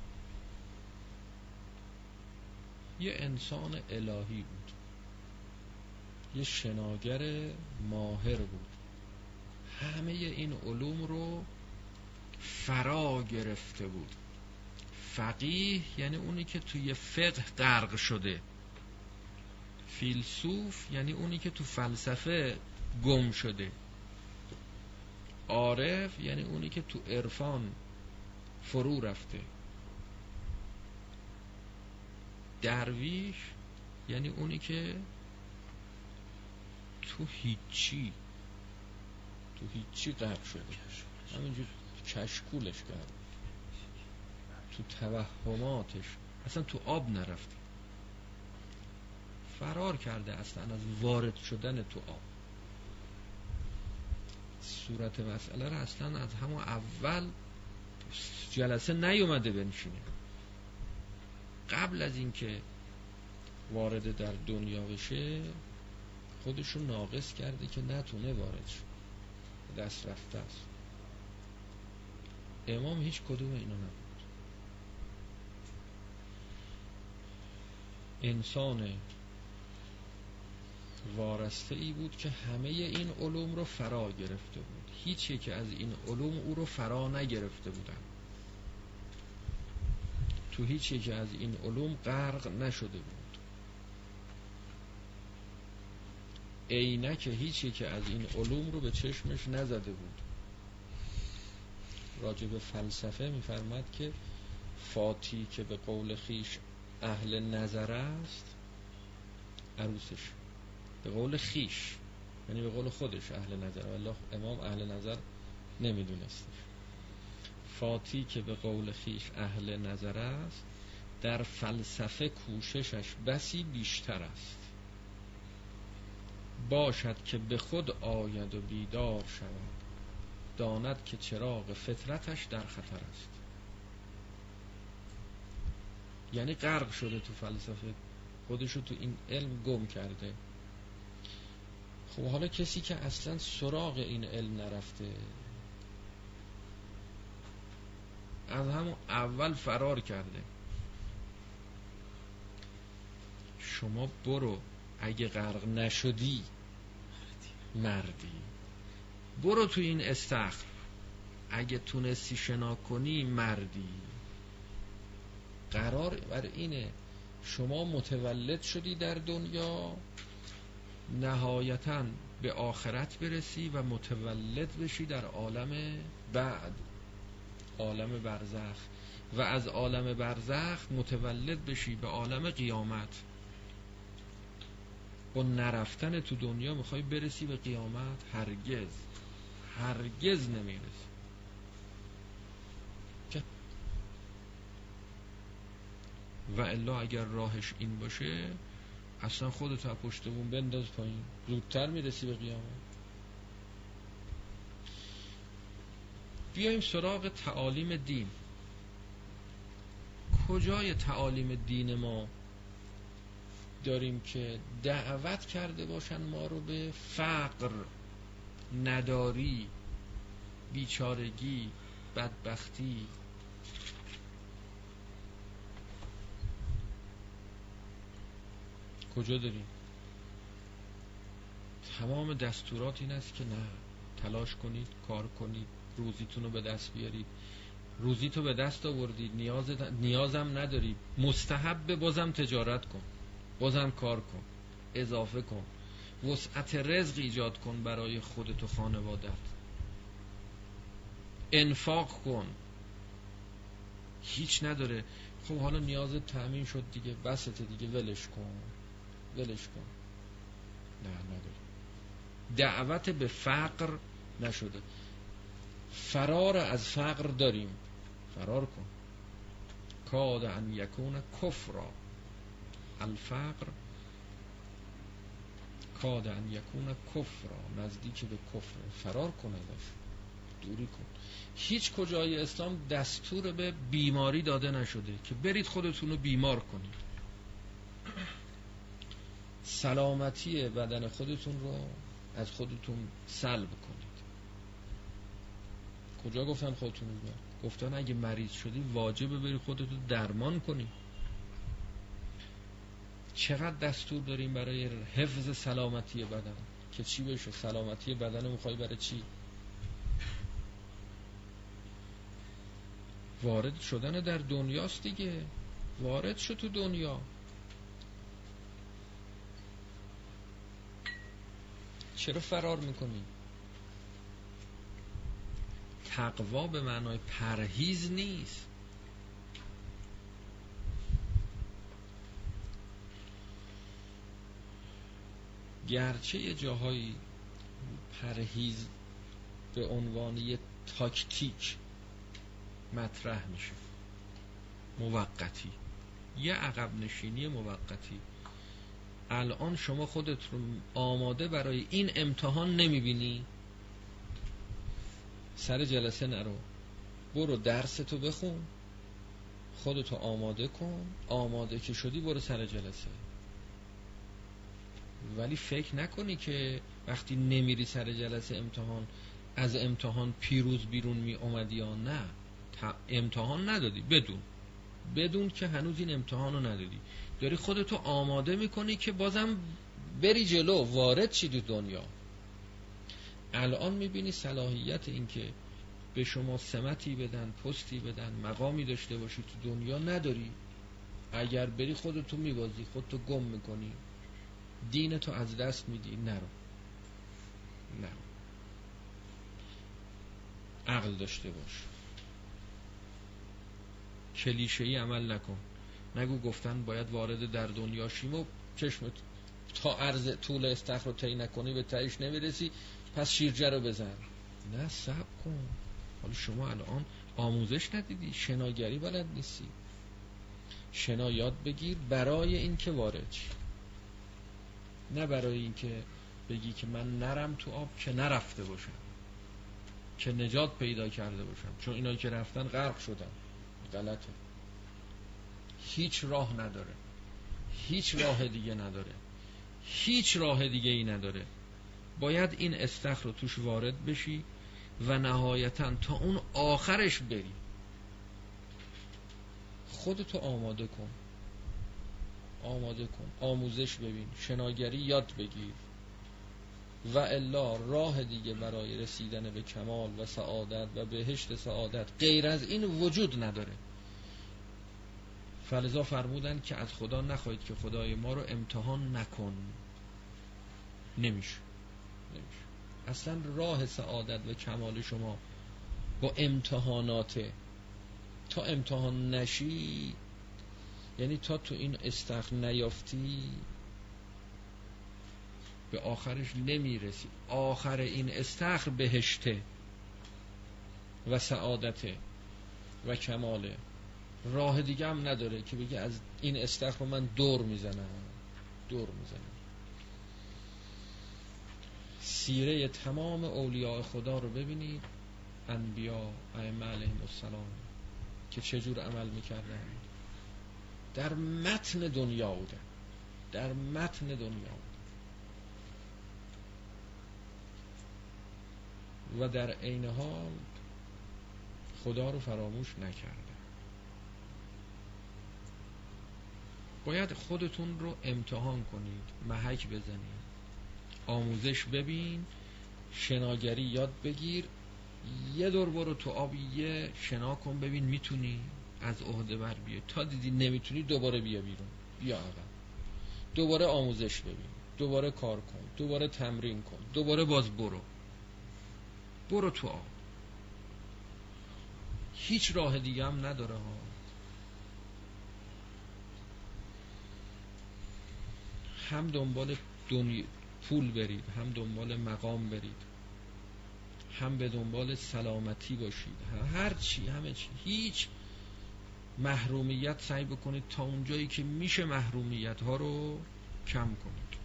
یه انسان الهی بود، یه شناگر ماهر بود، همه این علوم رو فرا گرفته بود. فقیه یعنی اونی که توی فقه غرق شده، فیلسوف یعنی اونی که تو فلسفه گم شده، عارف یعنی اونی که تو عرفان فرو رفته، درویش یعنی اونی که تو هیچی تو هیچی غرق شده، همینجور کشکولش کرد، تو توهماتش اصلا تو آب نرفته، فرار کرده اصلا از وارد شدن تو آب. صورت مسئله را اصلا از همون اول جلسه نیومده بنشینه، قبل از اینکه وارد در دنیا بشه خودشو ناقص کرده که نتونه وارد شه، دست رفته است. امام هیچ کدوم اینا نبود. انسان وارسته ای بود که همه این علوم رو فرا گرفته بود، هیچ یک از این علوم او رو فرا نگرفته بودن، تو هیچ یک از این علوم غرق نشده بود. عینک هیچ یک از این علوم رو به چشمش نزده بود. راجع به فلسفه می‌فرماد که فاتی که به قول خیش اهل نظر است عروسش، به قول خیش یعنی به قول خودش اهل نظر، والله امام اهل نظر نمیدونست. فاتی که به قول خیش اهل نظر است در فلسفه کوششش بسی بیشتر است، باشد که به خود آید و بیدار شود، داند که چراغ فطرتش در خطر است. یعنی غرق شده تو فلسفه، خودشو تو این علم گم کرده. خب حالا کسی که اصلا سراغ این علم نرفته، از همون اول فرار کرده، شما برو اگه غرق نشدی مردی، برو تو این استخر اگه تونستی شنا کنی مردی. قرار بر اینه شما متولد شدی در دنیا، نهایتاً به آخرت برسی و متولد بشی در عالم بعد، عالم برزخ، و از عالم برزخ متولد بشی به عالم قیامت. با نرفتن تو دنیا میخوای برسی به قیامت؟ هرگز هرگز نمیرسی. و الا اگر راهش این باشه اصلا خودت از پشت بوم بنداز پایین، زودتر میرسی به قیامت. بیایم سراغ تعالیم دین. کجای تعالیم دین ما داریم که دعوت کرده باشن ما رو به فقر، نداری، بیچارگی، بدبختی. کجا داریم؟ تمام دستورات این است که نه، تلاش کنید، کار کنید، روزیتون رو به دست بیارید. روزیتو به دست آوردید، نیاز نیازم نداری، مستحب، بازم تجارت کن، بازم کار کن، اضافه کن، وسعت رزق ایجاد کن برای خودت و خانوادت، انفاق کن. هیچ نداره، خب حالا نیازت تأمین شد دیگه، بسته دیگه، ولش کن، ولش کن. نه نداره. دعوت به فقر نشده. فرار از فقر داریم، فرار کن. کاد ان یکون کفرا، الفقر کاد ان یکون کفرا، نزدیک به کفر، فرار کن ازش، دوری کن. هیچ کجای اسلام دستور به بیماری داده نشده که برید خودتون رو بیمار کنید. سلامتی بدن خودتون رو از خودتون سلب کنید. کجا گفتن خودتون رو بیمار؟ گفتن اگه مریض شدی واجبه بری خودتون درمان کنی. چقدر دستور داریم برای حفظ سلامتی بدن که چی بشه؟ سلامتی بدن میخوای برای چی؟ وارد شدن در دنیاست دیگه. وارد شو تو دنیا. چرا فرار میکنی؟ تقوا به معنای پرهیز نیست. گرچه یه جاهایی پرهیز به عنوان یه تاکتیک مطرح میشه، موقتی، یه عقب نشینی موقتی. الان شما خودت رو آماده برای این امتحان نمیبینی؟ سر جلسه نرو، برو درستو بخون، خودتو آماده کن، آماده که شدی برو سر جلسه. ولی فکر نکنی که وقتی نمیری سر جلسه امتحان از امتحان پیروز بیرون می اومدی یا نه. امتحان ندادی، بدون بدون که هنوز این امتحان رو ندادی، داری خودتو آماده میکنی که بازم بری جلو، وارد چی تو دنیا. الان میبینی صلاحیت این که به شما سمتی بدن، پستی بدن، مقامی داشته باشی تو دنیا نداری. اگر بری خودتو میبازی، خودتو گم میکنی، دینتو از دست میدی. نرو، نرو، عقل داشته باش، کلیشه‌ای عمل نکن. نگو گفتن باید وارد در دنیا شیم و چشمت تا عرض طول استخر رو طی نکنی به تهش نمیرسی، پس شیرجه رو بزن. نه، صبر کن. حالا شما الان آموزش ندیدی، شناگری بلد نیستی. شنا یاد بگیر برای این که وارد شی، نه برای این که بگی که من نرم تو آب که نرفته باشم، که نجات پیدا کرده باشم، چون اینا که رفتن غرق شدن. غلطه. هیچ راه نداره، هیچ راه دیگه نداره، هیچ راه دیگه ای نداره. باید این استخر رو توش وارد بشی و نهایتاً تا اون آخرش بری. خودتو آماده کن، آماده کن، آموزش ببین، شناگری یاد بگیر، و الا راه دیگه برای رسیدن به کمال و سعادت و بهشت سعادت غیر از این وجود نداره. فلذا فرمودن که از خدا نخواهید که خدای ما رو امتحان نکن. نمیشه، نمیشه. اصلا راه سعادت و کمال شما با امتحاناته. تا امتحان نشی، یعنی تا تو این استخر نیافتی، به آخرش نمیرسی. آخر این استخر بهشته و سعادته و کماله. راه دیگه هم نداره که بگه از این استخر رو من دور میزنم، دور میزنم. سیره تمام اولیاء خدا رو ببینید، انبیا، ائمه علیهم السلام، که چجور عمل میکردن. در متن دنیا بودن، در متن دنیا و در عین حال خدا رو فراموش نکرده. باید خودتون رو امتحان کنید، محک بزنید، آموزش ببین، شناگری یاد بگیر، یه دور برو تو آب، یه شنا کن ببین میتونی از عهده بر بیا، تا دیدی نمیتونی دوباره بیا بیرون، بیا عقب، دوباره آموزش ببین، دوباره کار کن، دوباره تمرین کن، دوباره باز برو برو تو آب. هیچ راه دیگه هم نداره ها. هم دنبال دنیا پول برید، هم دنبال مقام برید، هم به دنبال سلامتی باشید، هر چی، همه چی. هیچ محرومیت سعی بکنید تا اونجایی که میشه محرومیت ها رو کم کنید.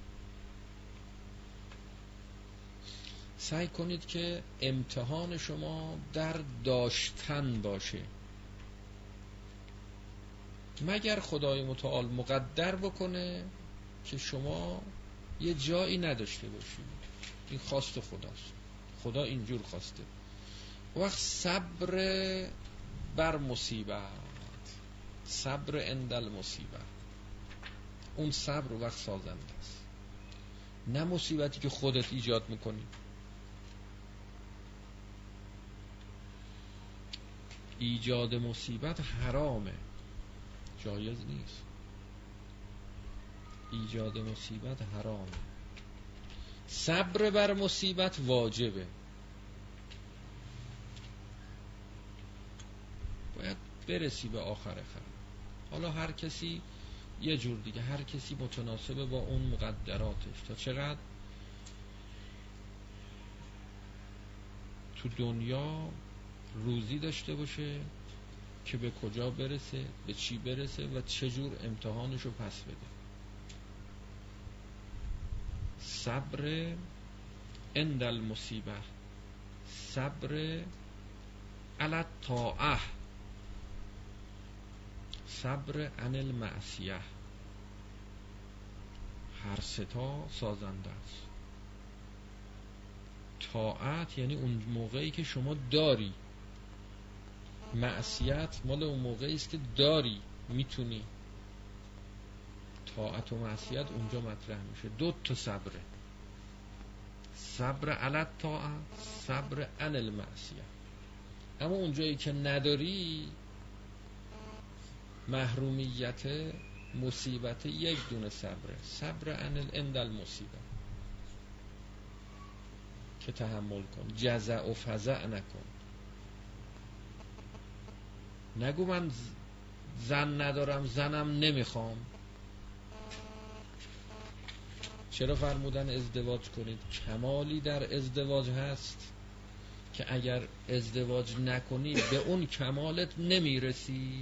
سعی کنید که امتحان شما در داشتن باشه، مگر خدای متعال مقدر بکنه که شما یه جایی نداشته باشید. این خواست خداست، خدا اینجور خواسته. وقت صبر بر مصیبت، صبر عند المصیبت، اون صبر وقت سازنده است، نه مصیبتی که خودت ایجاد میکنی. ایجاد مصیبت حرامه، جایز نیست. ایجاد مصیبت حرامه. صبر بر مصیبت واجبه. باید برسی به آخر خر. حالا هر کسی یه جور دیگه، هر کسی متناسبه با اون مقدراتش، تا چقدر تو دنیا روزی داشته باشه که به کجا برسه، به چی برسه و چجور امتحانشو پس بده. صبر عند المصیبه، صبر علی الطاعه، صبر عن المعصیه، هر ستا سازنده است. طاعت یعنی اون موقعی که شما داری، معصیت مال اون موقعی است که داری، میتونی. طاعت و معصیت اونجا مطرح میشه. دو تا صبره، صبر علی الطاعه، صبر عن المعصیه. اما اونجایی که نداری، محرومیت، مصیبت، یک دونه صبره، صبر عن عند المصیبه، که تحمل کن، جزع و فزع نکن. نگو من زن ندارم، زنم نمیخوام. چرا فرمودن ازدواج کنید؟ کمالی در ازدواج هست که اگر ازدواج نکنی به اون کمالت نمیرسی.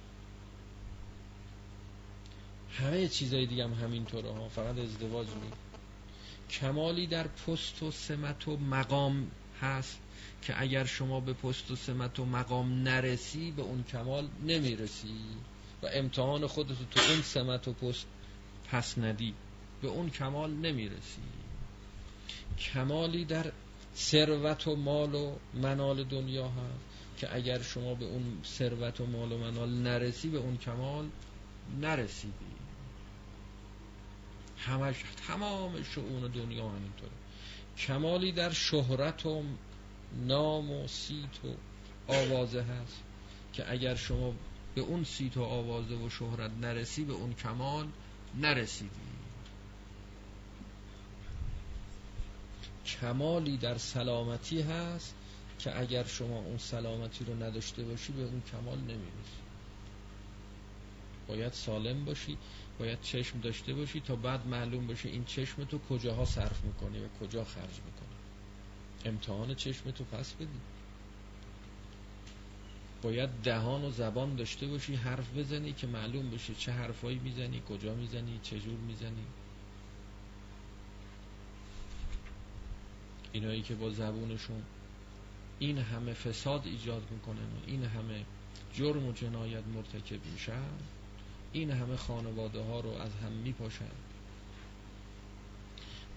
همه چیزای دیگه هم همینطوره ها، فقط ازدواج نی. کمالی در پست و سمت و مقام هست که اگر شما به پست و سمت و مقام نرسی به اون کمال نمیرسی و امتحان خودتو تو اون سمت و پست پس ندی به اون کمال نمیرسی. کمالی در ثروت و مال و منال دنیا هست که اگر شما به اون ثروت و مال و منال نرسی به اون کمال نرسیدی. همش تمام شؤون دنیا همینطوره. کمالی در شهرت و نام و صیت و آوازه هست که اگر شما به اون صیت و آوازه و شهرت نرسی به اون کمال نرسیدی. کمالی در سلامتی هست که اگر شما اون سلامتی رو نداشته باشی به اون کمال نمیرسی. باید سالم باشی، باید چشم داشته باشی تا بعد معلوم باشه این چشم تو کجاها صرف میکنی و کجا خرج میکنی. امتحان چشم تو پس بدی. باید دهان و زبان داشته باشی، حرف بزنی که معلوم بشه چه حرفایی میزنی، کجا میزنی، چجور میزنی. اینایی که با زبونشون این همه فساد ایجاد میکنن و این همه جرم و جنایت مرتکب میشن، این همه خانواده ها رو از هم میپاشن،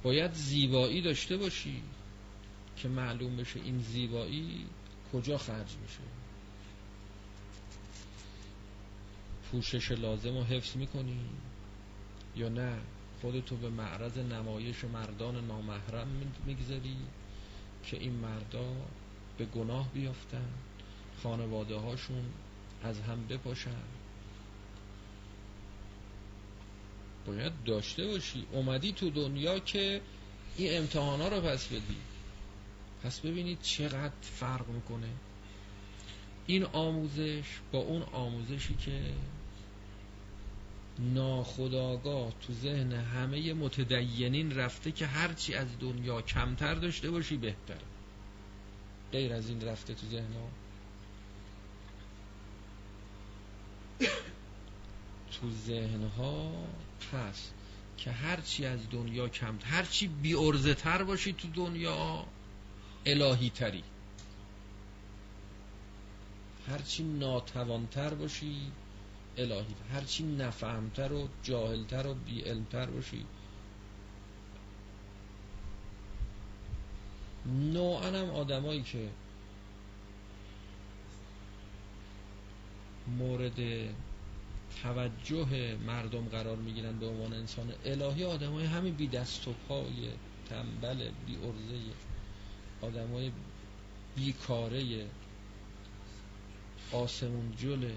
باید زیبایی داشته باشی که معلوم بشه این زیبایی کجا خرج میشه. پوشش لازم رو حفظ میکنی یا نه خودتو به معرض نمایش مردان نامحرم میگذاری که این مردا به گناه بیافتن، خانواده هاشون از هم بپاشن. باید داشته باشی. اومدی تو دنیا که این امتحانا رو پس بدی. پس ببینید چقدر فرق میکنه این آموزش با اون آموزشی که ناخودآگاه تو ذهن همه متدینین رفته که هرچی از دنیا کمتر داشته باشی بهتر. غیر از این رفته تو ذهن ها. تو ذهن ها هست که هرچی از دنیا کمتر، هرچی بی ارزه تر باشی تو دنیا الهی تری، هرچی ناتوانتر باشی الهی تر، هرچی نفهمتر و جاهلتر و بی علمتر باشی. نوعاً هم آدمایی که مورد توجه مردم قرار میگیرن به عنوان انسان الهی، آدمای همین بی دست و پای، تنبل، بی ارزه، آدمای بی کاره، آسمون جله.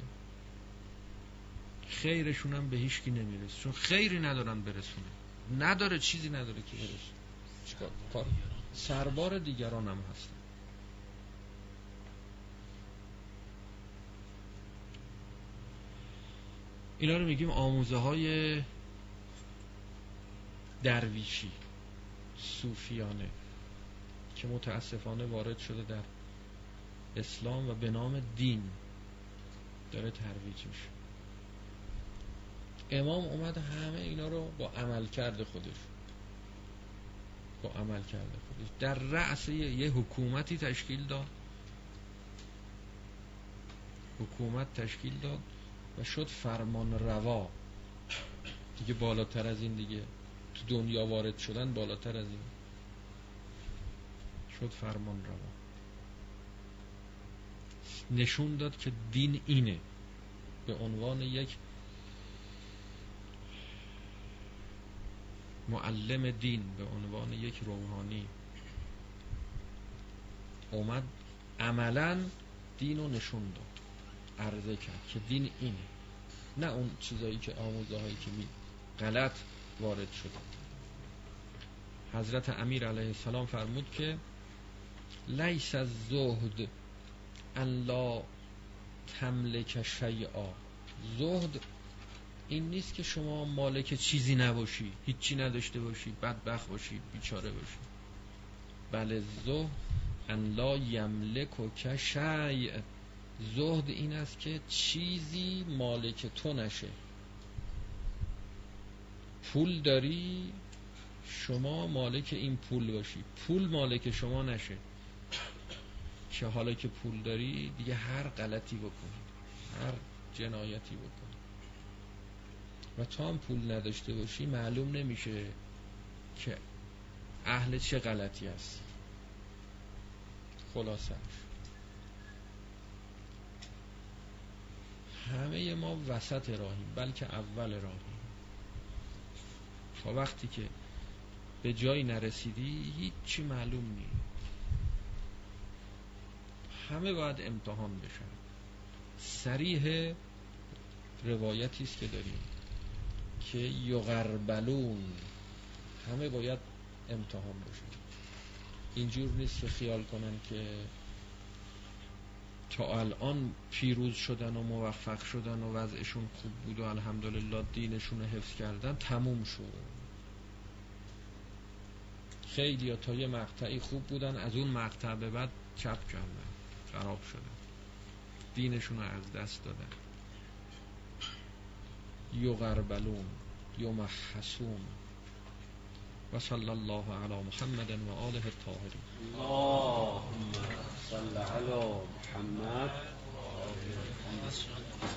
خیرشون هم به هیچ کی نمیرسه، چون خیری ندارن برسونه، نداره، چیزی نداره که برسونه. چیکار کار سربار دیگران هم هستن. اینا رو میگیم آموزه های درویشی صوفیانه که متاسفانه وارد شده در اسلام و به نام دین داره ترویج میشه. امام اومد همه اینا رو با عمل کرده خودش با عمل کرده خودش در رأس یه حکومتی تشکیل داد، حکومت تشکیل داد و شد فرمان روا. دیگه بالاتر از این دیگه تو دنیا وارد شدن بالاتر از این شد فرمان روا. نشون داد که دین اینه. به عنوان یک معلم دین، به عنوان یک روحانی اومد عملاً دین رو نشون داد، عرضه کرد که دین اینه، نه اون چیزایی که آموزه هایی که می غلط وارد شده. حضرت امیر علیه السلام فرمود که لیس الزهد ان لا تملک شیئا. زهد این نیست که شما مالک چیزی نباشی، هیچی نداشته باشی، بدبخت باشی، بیچاره باشی. بله زهد ان لا یملک شیء. زهد این است که چیزی مالک تو نشه. پول داری، شما مالک این پول باشی، پول مالک شما نشه که حالا که پول داری دیگه هر غلطی بکنی، هر جنایتی بکنی. و تا هم پول نداشته باشی معلوم نمیشه که اهل چه غلطی هست. خلاصه همه ما وسط راهیم، بلکه اول راهیم. تا وقتی که به جایی نرسیدی هیچی معلوم نیست. همه باید امتحان بشن. صریح روایتی است که داریم که یغربلون، همه باید امتحان بشن. اینجور نیست که خیال کنن که تا الان پیروز شدن و موفق شدن و وضعشون خوب بود و الحمدلله دینشون رو حفظ کردن تموم شد. خیلی ها تا یه مقطعی خوب بودن، از اون مقطع به بعد چپ کردن، خراب شدن، دینشون رو از دست دادن. یغربلون یمحصون. و صلی الله علی محمد و آله الطاهرین. اللهم صل علی محمد.